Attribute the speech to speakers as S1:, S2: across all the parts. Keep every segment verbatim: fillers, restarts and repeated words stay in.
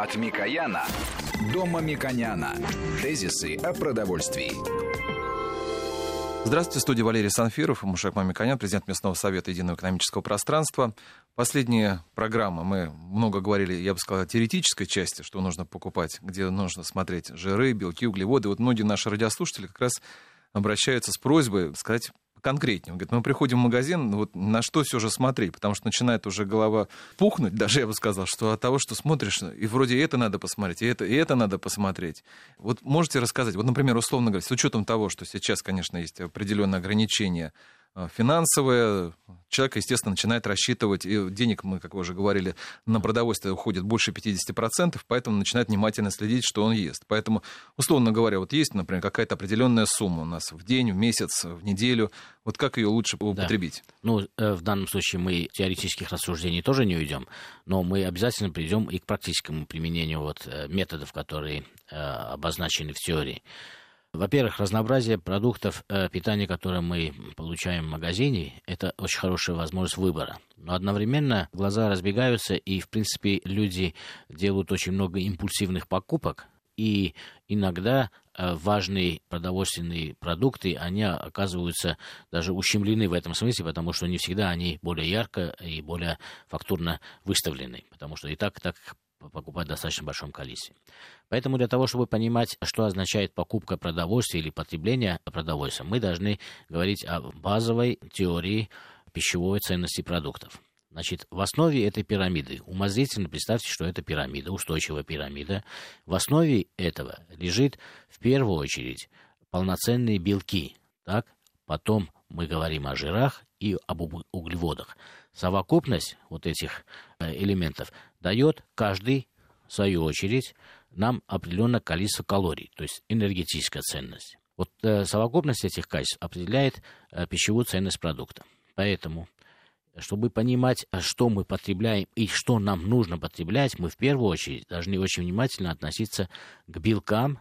S1: От Микояна до Мамиконяна. Тезисы о продовольствии.
S2: Здравствуйте, в студии Валерий Санфиров, Мушек Мамиконян, президент Местного совета Единого экономического пространства. Последние программы мы много говорили, я бы сказал, о теоретической части, что нужно покупать, где нужно смотреть жиры, белки, углеводы. Вот многие наши радиослушатели как раз обращаются с просьбой сказать конкретнее. Он говорит, мы приходим в магазин, вот на что все же смотреть, потому что начинает уже голова пухнуть, даже я бы сказал, что от того, что смотришь, и вроде это надо посмотреть, и это, и это надо посмотреть. Вот можете рассказать, вот, например, условно говоря, с учетом того, что сейчас, конечно, есть определенные ограничения финансовые, человек, естественно, начинает рассчитывать, и денег, мы, как вы уже говорили, на продовольствие уходит больше пятьдесят процентов, поэтому начинает внимательно следить, что он ест. Поэтому, условно говоря, вот есть, например, какая-то определенная сумма у нас в день, в месяц, в неделю, вот как ее лучше употребить?
S3: Да. Ну, в данном случае мы теоретических рассуждений тоже не уйдем, но мы обязательно придем и к практическому применению вот методов, которые обозначены в теории. Во-первых, разнообразие продуктов э, питания, которые мы получаем в магазине, это очень хорошая возможность выбора. Но одновременно глаза разбегаются, и, в принципе, люди делают очень много импульсивных покупок, и иногда э, важные продовольственные продукты, они оказываются даже ущемлены в этом смысле, потому что не всегда они более ярко и более фактурно выставлены, потому что и так, и так покупать в достаточно большом количестве. Поэтому для того, чтобы понимать, что означает покупка продовольствия или потребление продовольствия, мы должны говорить о базовой теории пищевой ценности продуктов. Значит, в основе этой пирамиды, умозрительно представьте, что это пирамида, устойчивая пирамида, в основе этого лежит в первую очередь полноценные белки, так? Потом мы говорим о жирах и об углеводах. Совокупность вот этих элементов дает каждый, в свою очередь, нам определенное количество калорий, то есть энергетическая ценность. Вот э, совокупность этих качеств определяет э, пищевую ценность продукта. Поэтому, чтобы понимать, что мы потребляем и что нам нужно потреблять, мы в первую очередь должны очень внимательно относиться к белкам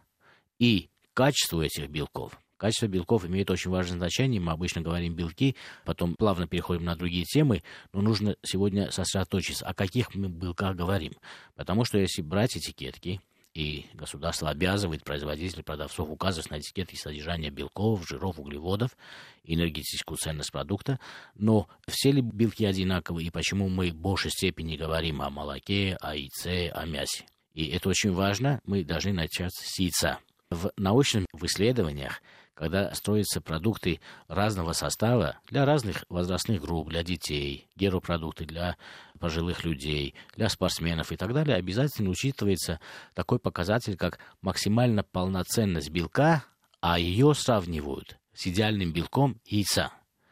S3: и качеству этих белков. Качество белков имеет очень важное значение. Мы обычно говорим белки, потом плавно переходим на другие темы, но нужно сегодня сосредоточиться, о каких мы белках говорим. Потому что если брать этикетки, и государство обязывает производителей, продавцов указывать на этикетке содержание белков, жиров, углеводов, энергетическую ценность продукта, но все ли белки одинаковы, и почему мы в большей степени говорим о молоке, о яйце, о мясе? И это очень важно, мы должны начать с яйца. В научных исследованиях, когда строятся продукты разного состава для разных возрастных групп, для детей, геропродукты для пожилых людей, для спортсменов и так далее, обязательно учитывается такой показатель, как максимально полноценность белка, а ее сравнивают с идеальным белком яйца.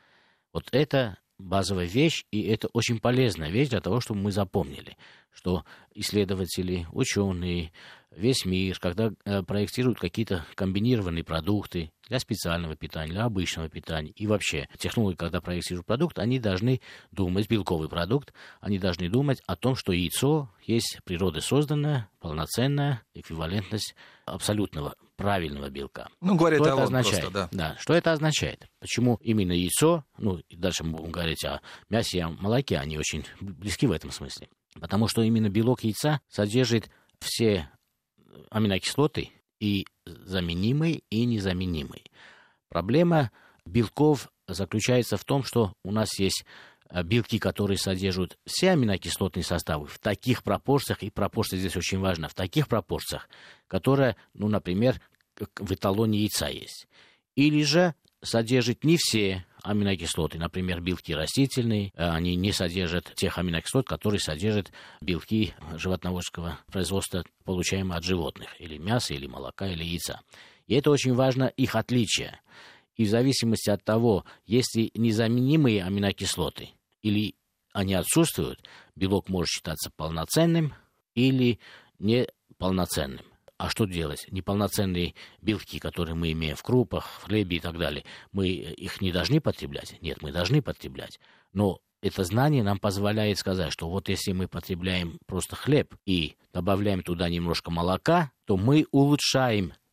S3: Вот это базовая вещь, и это очень полезная вещь для того, чтобы мы запомнили, что исследователи, ученые, весь мир, когда э, проектируют какие-то комбинированные продукты для специального питания, для обычного питания, и вообще технологии, когда проектируют продукт, они должны думать, белковый продукт, они должны думать о том, что яйцо есть природой созданная, полноценная эквивалентность абсолютного правильного белка.
S2: Ну, говорит,
S3: что
S2: это
S3: это означает?
S2: Просто, да.
S3: Да, что это означает? Почему именно яйцо, ну, и дальше мы будем говорить о мясе и о молоке, они очень близки в этом смысле. Потому что именно белок яйца содержит все аминокислоты, и заменимые, и незаменимые. Проблема белков заключается в том, что у нас есть белки, которые содержат все аминокислотные составы в таких пропорциях, и пропорция здесь очень важна, в таких пропорциях, которые, ну, например, в эталоне яйца есть. Или же содержит не все аминокислоты, например, белки растительные, они не содержат тех аминокислот, которые содержат белки животноводческого производства, получаемые от животных, или мяса, или молока, или яйца. И это очень важно, их отличие. И в зависимости от того, если незаменимые аминокислоты или они отсутствуют, белок может считаться полноценным или неполноценным. А что делать? Неполноценные белки, которые мы имеем в крупах, в хлебе и так далее, мы их не должны потреблять? Нет, мы должны потреблять. Но это знание нам позволяет сказать, что вот если мы потребляем просто хлеб и добавляем туда немножко молока, то мы улучшаем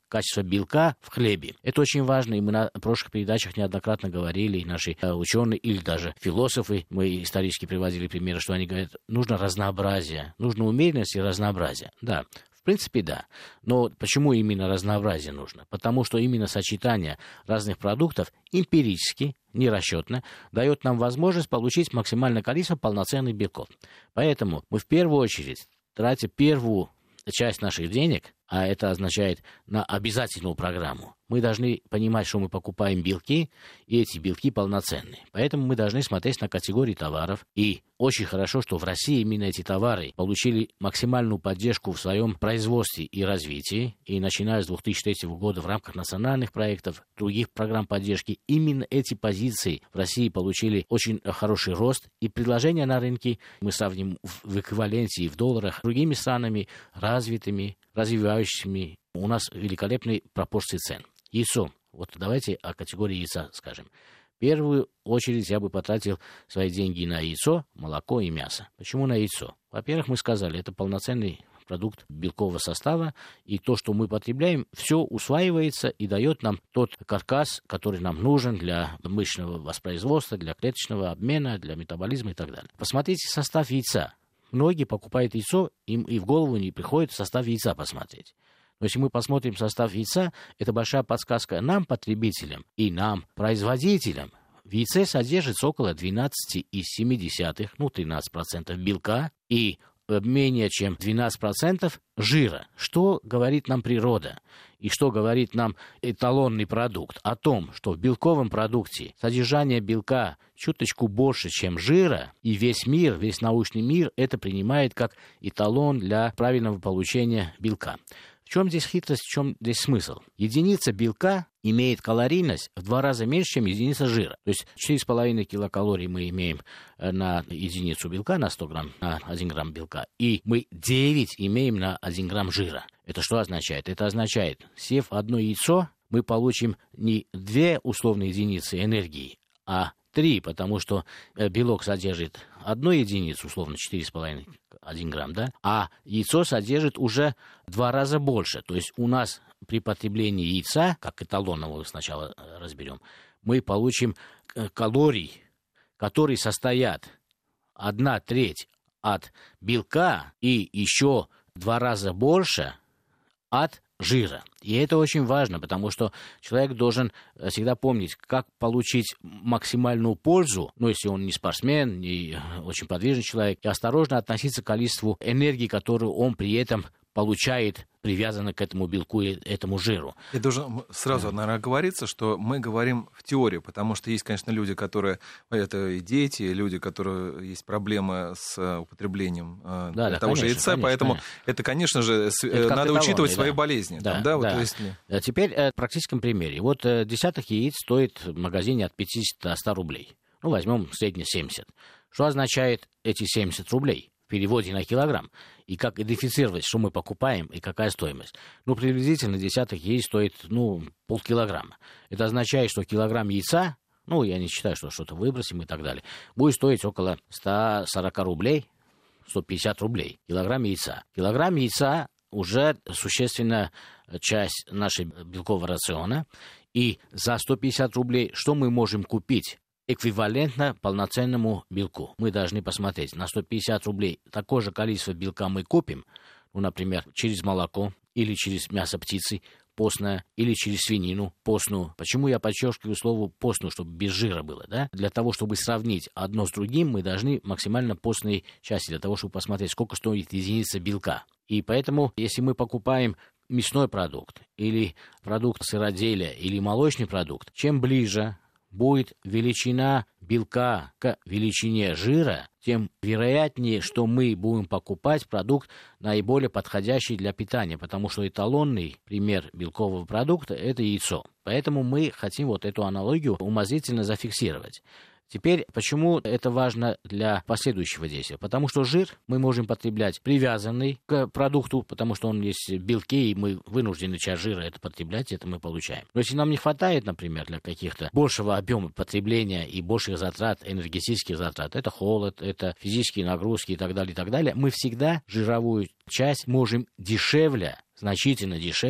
S3: качество белка в хлебе. Это очень важно, и мы на прошлых передачах неоднократно говорили, и наши э, ученые или даже философы, мы исторически приводили примеры, что они говорят, нужно разнообразие, нужно умеренность и разнообразие. Да, в принципе, да. Но почему именно разнообразие нужно? Потому что именно сочетание разных продуктов эмпирически, нерасчетно, дает нам возможность получить максимальное количество полноценных белков. Поэтому мы в первую очередь, тратя первую часть наших денег, а это означает на обязательную программу, мы должны понимать, что мы покупаем белки, и эти белки полноценные. Поэтому мы должны смотреть на категории товаров. И очень хорошо, что в России именно эти товары получили максимальную поддержку в своем производстве и развитии. И начиная с две тысячи третьего года в рамках национальных проектов, других программ поддержки, именно эти позиции в России получили очень хороший рост. И предложения на рынке мы сравним в эквиваленте и в долларах с другими странами, развитыми, развивающими. У нас великолепные пропорции цен. Яйцо. Вот давайте о категории яйца скажем. В первую очередь я бы потратил свои деньги на яйцо, молоко и мясо. Почему на яйцо? Во-первых, мы сказали, это полноценный продукт белкового состава, и то, что мы потребляем, все усваивается и дает нам тот каркас, который нам нужен для мышечного воспроизводства, для клеточного обмена, для метаболизма и так далее. Посмотрите состав яйца. Многие покупают яйцо, им и в голову не приходит состав яйца посмотреть. Но если мы посмотрим состав яйца, это большая подсказка нам, потребителям, и нам, производителям. В яйце содержится около двенадцать целых семь десятых, ну тринадцать процентов белка и менее чем двенадцать процентов жира. Что говорит нам природа? И что говорит нам эталонный продукт? О том, что в белковом продукте содержание белка чуточку больше, чем жира, и весь мир, весь научный мир это принимает как эталон для правильного получения белка. В чем здесь хитрость, в чем здесь смысл? Единица белка имеет калорийность в два раза меньше, чем единица жира. То есть четыре с половиной килокалорий мы имеем на единицу белка, на сто грамм, на один грамм белка, и мы девять имеем на один грамм жира. Это что означает? Это означает, съев одно яйцо, мы получим не две условные единицы энергии, а три, потому что белок содержит одну единицу, условно четыре с половиной, один грамм, да, а яйцо содержит уже два раза больше. То есть у нас при потреблении яйца, как эталонного сначала разберем, мы получим калорий, которые состоят одна треть от белка и еще два раза больше от жира. И это очень важно, потому что человек должен всегда помнить, как получить максимальную пользу, ну, если он не спортсмен, не очень подвижный человек, и осторожно относиться к количеству энергии, которую он при этом получает, привязано к этому белку и этому жиру.
S2: Я должен сразу, наверное, оговориться, что мы говорим в теории, потому что есть, конечно, люди, которые, это и дети, люди, которые есть проблемы с употреблением да, для да, того конечно, же яйца, конечно, поэтому конечно. это, конечно же, это надо учитывать свои да. болезни.
S3: Да,
S2: там, да,
S3: да.
S2: Вот, то есть...
S3: Теперь в практическом примере. Вот десяток яиц стоит в магазине от пятьдесят до ста рублей. Ну, возьмем средне семьдесят. Что означает эти семьдесят рублей? В переводе на килограмм, и как идентифицировать, что мы покупаем, и какая стоимость. Ну, приблизительно десяток яиц стоит, ну, полкилограмма. Это означает, что килограмм яйца, ну, я не считаю, что что-то выбросим и так далее, будет стоить около ста сорока рублей, сто пятьдесят рублей. Килограмм яйца. Килограмм яйца уже существенная часть нашего белкового рациона, и за сто пятьдесят рублей что мы можем купить? Эквивалентно полноценному белку. Мы должны посмотреть, на сто пятьдесят рублей такое же количество белка мы купим, ну, например, через молоко или через мясо птицы постное, или через свинину постную. Почему я подчеркиваю слово постную, чтобы без жира было, да? Для того, чтобы сравнить одно с другим, мы должны максимально постные части, для того, чтобы посмотреть, сколько стоит единица белка. И поэтому, если мы покупаем мясной продукт, или продукт сыроделия, или молочный продукт, чем ближе будет величина белка к величине жира, тем вероятнее, что мы будем покупать продукт наиболее подходящий для питания, потому что эталонный пример белкового продукта – это яйцо. Поэтому мы хотим вот эту аналогию умозрительно зафиксировать. Теперь, почему это важно для последующего действия? Потому что жир мы можем потреблять привязанный к продукту, потому что он есть в белке, и мы вынуждены часть жира это потреблять, это мы получаем. Но если нам не хватает, например, для каких-то большего объема потребления и больших затрат, энергетических затрат, это холод, это физические нагрузки и так далее, и так далее, мы всегда жировую часть можем дешевле, значительно дешевле,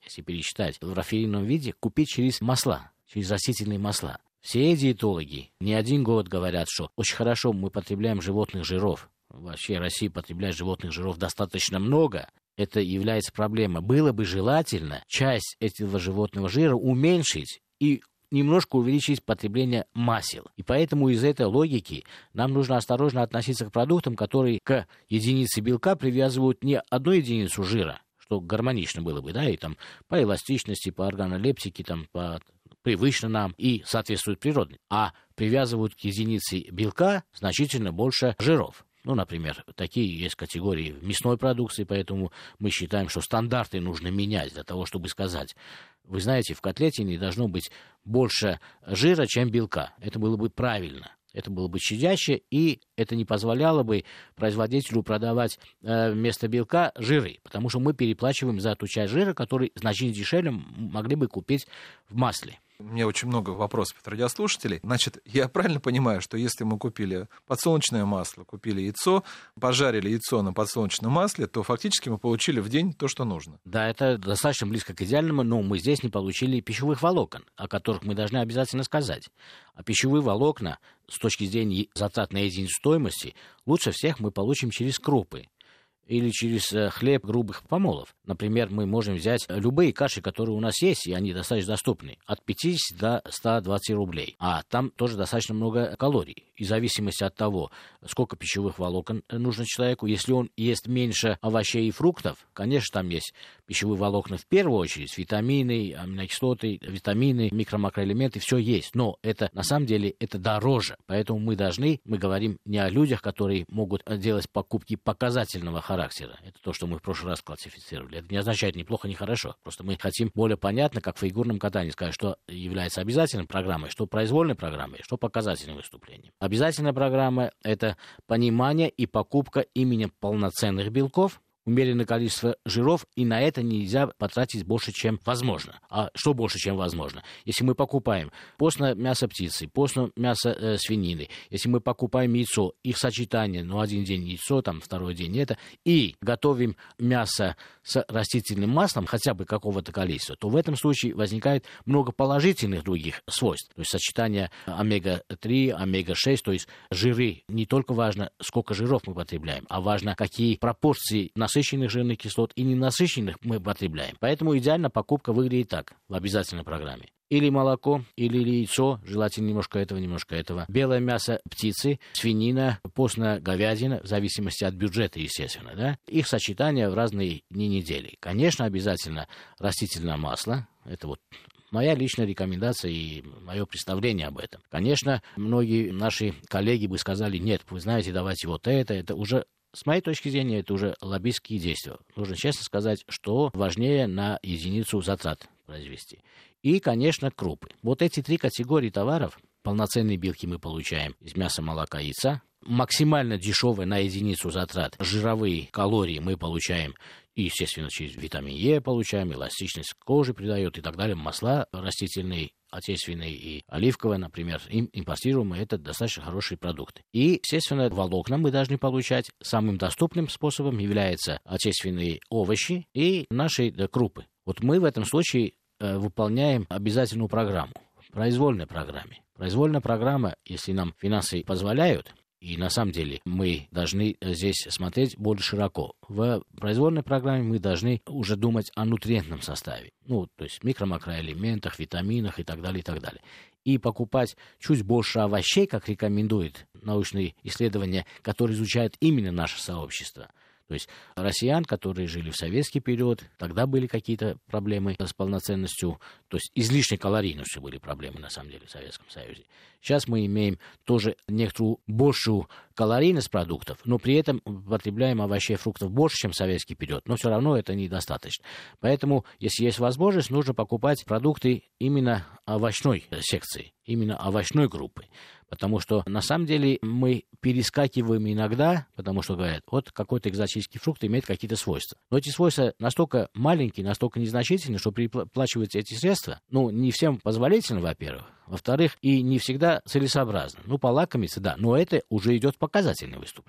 S3: если пересчитать в рафинированном виде, купить через масла, через растительные масла. Все диетологи не один год говорят, что очень хорошо мы потребляем животных жиров. Вообще Россия потребляет животных жиров достаточно много. Это является проблемой. Было бы желательно часть этого животного жира уменьшить и немножко увеличить потребление масел. И поэтому из этой логики нам нужно осторожно относиться к продуктам, которые к единице белка привязывают не одну единицу жира, что гармонично было бы, да, и там по эластичности, по органолептике, там, по привычно нам и соответствует природной, а привязывают к единице белка значительно больше жиров. Ну, например, такие есть категории мясной продукции, поэтому мы считаем, что стандарты нужно менять для того, чтобы сказать, вы знаете, в котлете не должно быть больше жира, чем белка. Это было бы правильно. Это было бы щадяще, и это не позволяло бы производителю продавать э, вместо белка жиры, потому что мы переплачиваем за ту часть жира, который значительно дешевле могли бы купить в масле.
S2: У меня очень много вопросов от радиослушателей. Значит, я правильно понимаю, что если мы купили подсолнечное масло, купили яйцо, пожарили яйцо на подсолнечном масле, то фактически мы получили в день то, что нужно?
S3: Да, это достаточно близко к идеальному, но мы здесь не получили пищевых волокон, о которых мы должны обязательно сказать. А пищевые волокна, с точки зрения затрат на единицу стоимости, лучше всех мы получим через крупы или через хлеб грубых помолов. Например, мы можем взять любые каши, которые у нас есть, и они достаточно доступны, от пятидесяти до ста двадцати рублей. А там тоже достаточно много калорий. И в зависимости от того, сколько пищевых волокон нужно человеку, если он ест меньше овощей и фруктов, конечно, там есть пищевые волокна в первую очередь, витамины, аминокислоты, витамины, микро-макроэлементы, все есть. Но это, на самом деле, это дороже. Поэтому мы должны, мы говорим не о людях, которые могут делать покупки показательного характера. характера. Это то, что мы в прошлый раз классифицировали. Это не означает ни плохо, ни хорошо. Просто мы хотим более понятно, как в фигурном катании, сказать, что является обязательной программой, что произвольной программой, что показательным выступлением. Обязательная программа — это понимание и покупка именно полноценных белков, умеренное количество жиров, и на это нельзя потратить больше, чем возможно. А что больше, чем возможно? Если мы покупаем постное мясо птицы, постное мясо э, свинины, если мы покупаем яйцо, их сочетание, ну, один день яйцо, там, второй день это, и готовим мясо с растительным маслом, хотя бы какого-то количества, то в этом случае возникает много положительных других свойств. То есть сочетание омега три, омега шесть, то есть жиры. Не только важно, сколько жиров мы потребляем, а важно, какие пропорции насыщенных насыщенных жирных кислот и ненасыщенных мы потребляем. Поэтому идеально покупка выглядит так в обязательной программе. Или молоко, или яйцо, желательно немножко этого, немножко этого. Белое мясо птицы, свинина, постная говядина, в зависимости от бюджета, естественно, да. Их сочетание в разные дни недели. Конечно, обязательно растительное масло. Это вот моя личная рекомендация и мое представление об этом. Конечно, многие наши коллеги бы сказали, нет, вы знаете, давайте вот это, это уже... С моей точки зрения, это уже лоббистские действия. Нужно честно сказать, что важнее на единицу затрат произвести. И, конечно, крупы. Вот эти три категории товаров, полноценные белки мы получаем из мяса, молока, яйца. Максимально дешевые на единицу затрат жировые калории мы получаем, и, естественно, через витамин Е получаем, эластичность кожи придает и так далее. Масла растительные, отечественные и оливковые, например, им импортируемые, это достаточно хорошие продукты. И, естественно, волокна мы должны получать. Самым доступным способом являются отечественные овощи и наши да, крупы. Вот мы в этом случае э, выполняем обязательную программу, произвольной программе. Произвольная программа, если нам финансы позволяют, и на самом деле мы должны здесь смотреть более широко. В произвольной программе мы должны уже думать о нутриентном составе. Ну, то есть микро-макроэлементах, витаминах и так далее, и так далее. И покупать чуть больше овощей, как рекомендует научные исследования, которые изучают именно наше сообщество. То есть россиян, которые жили в советский период, тогда были какие-то проблемы с полноценностью, то есть излишней калорийностью были проблемы, на самом деле, в Советском Союзе. Сейчас мы имеем тоже некоторую большую калорийность продуктов, но при этом потребляем овощей и фруктов больше, чем в советский период, но все равно это недостаточно. Поэтому, если есть возможность, нужно покупать продукты именно овощной секции, именно овощной группы. Потому что, на самом деле, мы перескакиваем иногда, потому что, говорят, вот какой-то экзотический фрукт имеет какие-то свойства. Но эти свойства настолько маленькие, настолько незначительные, что переплачивать эти средства, ну, не всем позволительно, во-первых. Во-вторых, и не всегда целесообразно. Ну, полакомиться, да, но это уже идет показательное выступление.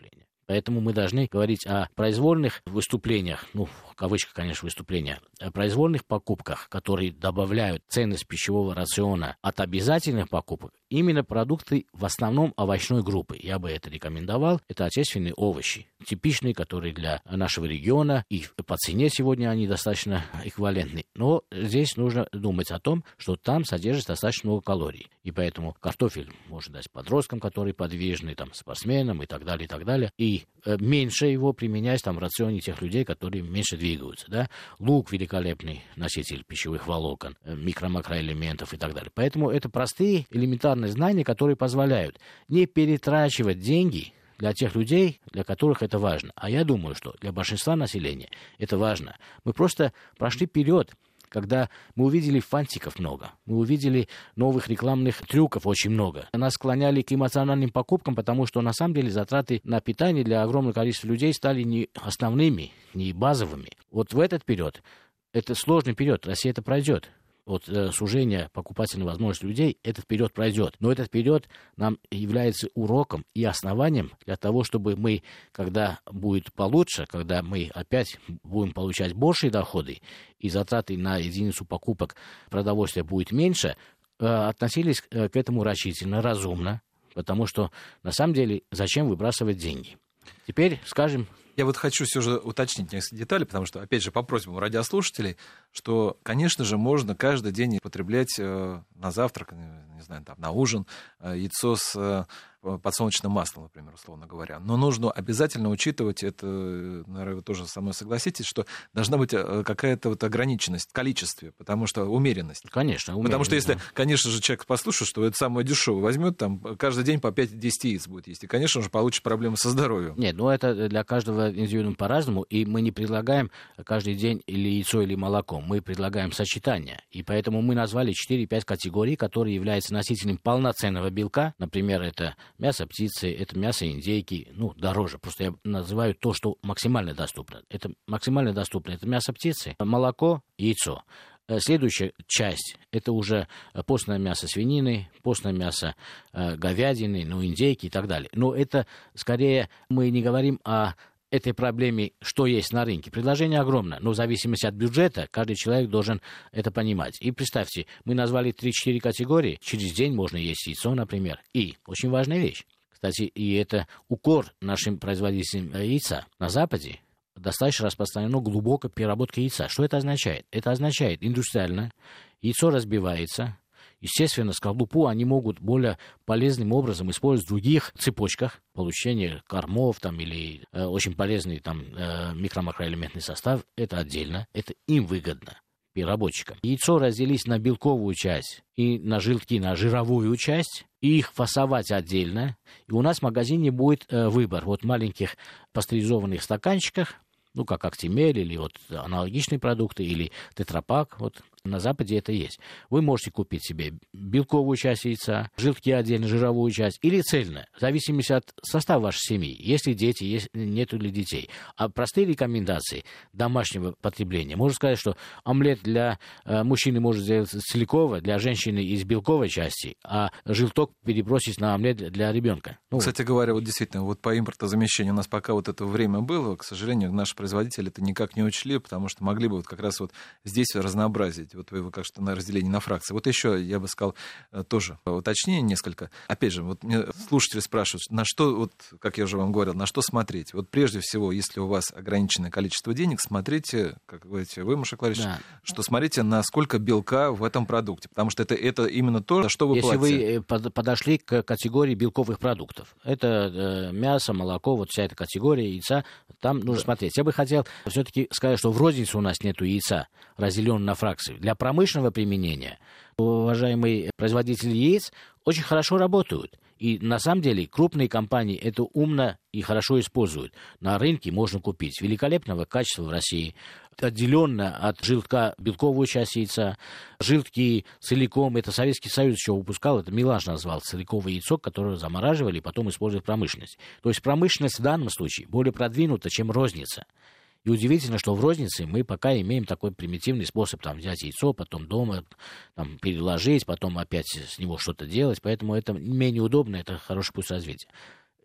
S3: Поэтому мы должны говорить о произвольных выступлениях, ну, в кавычках, конечно, выступления, о произвольных покупках, которые добавляют ценность пищевого рациона от обязательных покупок, именно продукты в основном овощной группы. Я бы это рекомендовал. Это отечественные овощи, типичные, которые для нашего региона, и по цене сегодня они достаточно эквивалентны. Но здесь нужно думать о том, что там содержится достаточно много калорий. И поэтому картофель можно дать подросткам, которые подвижны, там, спортсменам и так далее, и так далее. И э, меньше его применять там, в рационе тех людей, которые меньше двигаются. Да? Лук — великолепный носитель пищевых волокон, э, микро-макроэлементов и так далее. Поэтому это простые, элементарные знания, которые позволяют не перетрачивать деньги для тех людей, для которых это важно. А я думаю, что для большинства населения это важно. Мы просто прошли вперед, когда мы увидели фантиков много, мы увидели новых рекламных трюков очень много. Нас склоняли к эмоциональным покупкам, потому что на самом деле затраты на питание для огромного количества людей стали не основными, не базовыми. Вот в этот период, это сложный период, Россия это пройдет. От э, сужения покупательной возможности людей этот период пройдет. Но этот период нам является уроком и основанием для того, чтобы мы, когда будет получше, когда мы опять будем получать большие доходы и затраты на единицу покупок продовольствия будет меньше, э, относились э, к этому рачительно, разумно, потому что на самом деле зачем выбрасывать деньги? Теперь скажем...
S2: Я вот хочу все же уточнить несколько деталей, потому что, опять же, по просьбам радиослушателей, что, конечно же, можно каждый день употреблять э, на завтрак, не знаю, там, на ужин э, яйцо с э, подсолнечным маслом, например, условно говоря. Но нужно обязательно учитывать, это, наверное, вы тоже со мной согласитесь, что должна быть какая-то вот ограниченность в количестве, потому что умеренность.
S3: Конечно, умеренность.
S2: Потому что если,
S3: да.
S2: конечно же, человек послушает, что это самое дешевое, возьмет, там, каждый день по пять-десять яиц будет есть, и, конечно же, получит проблемы со здоровьем.
S3: Нет, ну это для каждого индивидуума по-разному, и мы не предлагаем каждый день или яйцо, или молоко, мы предлагаем сочетание, и поэтому мы назвали четыре-пять категорий, которые являются носителем полноценного белка, например, это мясо птицы, это мясо индейки, ну, дороже, просто я называю то, что максимально доступно. Это максимально доступно, это мясо птицы, молоко, яйцо. Следующая часть – это уже постное мясо свинины, постное мясо э, говядины, ну, индейки и так далее. Но это, скорее, мы не говорим о этой проблеме, что есть на рынке. Предложение огромное, но в зависимости от бюджета каждый человек должен это понимать. И представьте, мы назвали три-четыре категории, через день можно есть яйцо, например. И очень важная вещь, кстати, и это укор нашим производителям яйца. На Западе достаточно распространена глубокая переработка яйца. Что это означает? Это означает индустриально, яйцо разбивается. Естественно, скорлупу они могут более полезным образом использовать в других цепочках получения кормов там, или э, очень полезный там, э, микро-макроэлементный состав. Это отдельно. Это им выгодно, переработчикам. Яйцо разделить на белковую часть и на желтки, на жировую часть, и их фасовать отдельно. И у нас в магазине будет э, выбор вот маленьких пастеризованных стаканчиках, ну, как Актимель, или вот аналогичные продукты, или Тетрапак, вот на Западе это есть. Вы можете купить себе белковую часть яйца, желтки отдельно, жировую часть, или цельно, в зависимости от состава вашей семьи, есть ли дети, есть, нету ли детей. А простые рекомендации домашнего потребления. Можно сказать, что омлет для э, мужчины может сделать целиковый, для женщины из белковой части, а желток перебросить на омлет для ребенка. Ну,
S2: Кстати говоря, вот действительно, вот по импортозамещению у нас пока вот это время было, к сожалению, наши производители это никак не учли, потому что могли бы вот как раз вот здесь разнообразить. Вот вы, вы как что на разделении на фракции. Вот еще, я бы сказал, тоже уточнение несколько. Опять же, вот мне слушатели спрашивают, на что, вот, как я уже вам говорил, на что смотреть. Вот прежде всего, если у вас ограниченное количество денег, смотрите, как говорите вы, Мушек Ларисович, да. что смотрите, на сколько белка в этом продукте, потому что это, это именно то, за что вы
S3: Если
S2: платите.
S3: Если вы подошли к категории белковых продуктов, это мясо, молоко, вот вся эта категория яйца, там нужно да. смотреть. Я бы хотел все-таки сказать, что в рознице у нас нету яйца, разделенного на фракции. Для промышленного применения уважаемые производители яиц очень хорошо работают. И на самом деле крупные компании это умно и хорошо используют. На рынке можно купить великолепного качества в России, отделенно от желтка белковую часть яйца. Желтки целиком, это Советский Союз еще выпускал, это Милаж назвал целиковое яйцо, которое замораживали и потом использовали в промышленности. То есть промышленность в данном случае более продвинута, чем розница. И удивительно, что в рознице мы пока имеем такой примитивный способ там, взять яйцо, потом дома там, переложить, потом опять с него что-то делать. Поэтому это менее удобно, это хороший путь развития.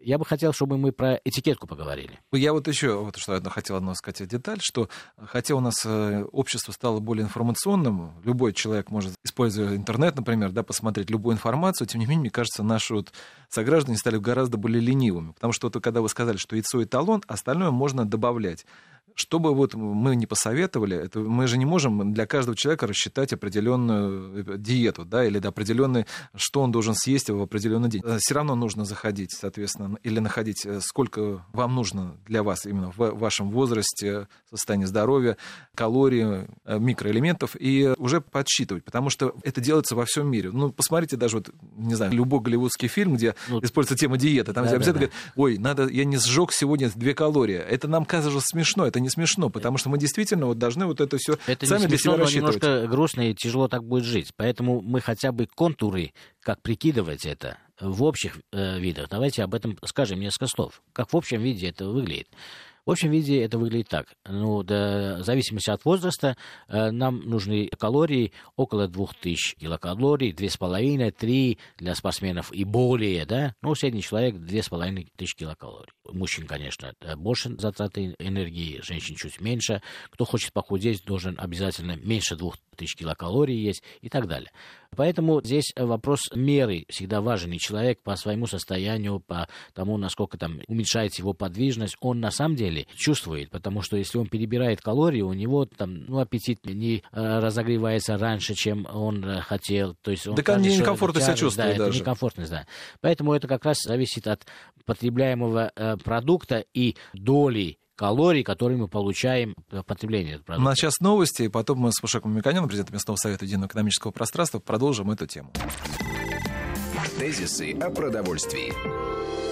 S3: Я бы хотел, чтобы мы про этикетку поговорили.
S2: Я вот еще вот что я хотел одну сказать деталь, что хотя у нас общество стало более информационным, любой человек может, используя интернет, например, да, посмотреть любую информацию, тем не менее, мне кажется, наши вот сограждане стали гораздо более ленивыми, потому что вот, когда вы сказали, что яйцо эталон, остальное можно добавлять. Что бы вот мы не посоветовали, это мы же не можем для каждого человека рассчитать определенную диету, да, или да, определенный, что он должен съесть в определенный день. Все равно нужно заходить, соответственно, или находить, сколько вам нужно для вас именно в вашем возрасте, состоянии здоровья, калорий, микроэлементов, и уже подсчитывать, потому что это делается во всем мире. Ну, посмотрите даже, вот, не знаю, любой голливудский фильм, где ну, используется тема диеты, там да, обязательно да, да. говорят, ой, надо, я не сжег сегодня две калории. Это нам кажется смешно, это не смешно, потому что мы действительно вот должны вот это все
S3: это
S2: сами
S3: не
S2: для
S3: смешно,
S2: себя рассчитывать.
S3: Это немножко грустно и тяжело так будет жить. Поэтому мы хотя бы контуры, как прикидывать это в общих э, видах. Давайте об этом скажем несколько слов. Как в общем виде это выглядит. В общем виде это выглядит так. Ну, да, в зависимости от возраста э, нам нужны калории около двух тысяч килокалорий, две с половиной, три для спортсменов и более, да. Ну, средний человек две с половиной тысячи килокалорий. Мужчин, конечно, больше затраты энергии, женщин чуть меньше. Кто хочет похудеть, должен обязательно меньше двух тысяч килокалорий есть и так далее. Поэтому здесь вопрос меры всегда важен. И человек по своему состоянию, по тому, насколько там уменьшается его подвижность, он на самом деле чувствует. Потому что если он перебирает калории, у него там ну, аппетит не разогревается раньше, чем он хотел. То есть он
S2: так
S3: кажется,
S2: некомфортно себя чувствует
S3: да,
S2: даже.
S3: Это некомфортно, да. Поэтому это как раз зависит от потребляемого э, продукта и доли калорий, которые мы получаем в потреблении этого продукта.
S2: У нас сейчас новости, и потом мы с Мушеком Мамиканяном, президентом местного совета Единого экономического пространства, продолжим эту тему.
S1: Тезисы о продовольствии.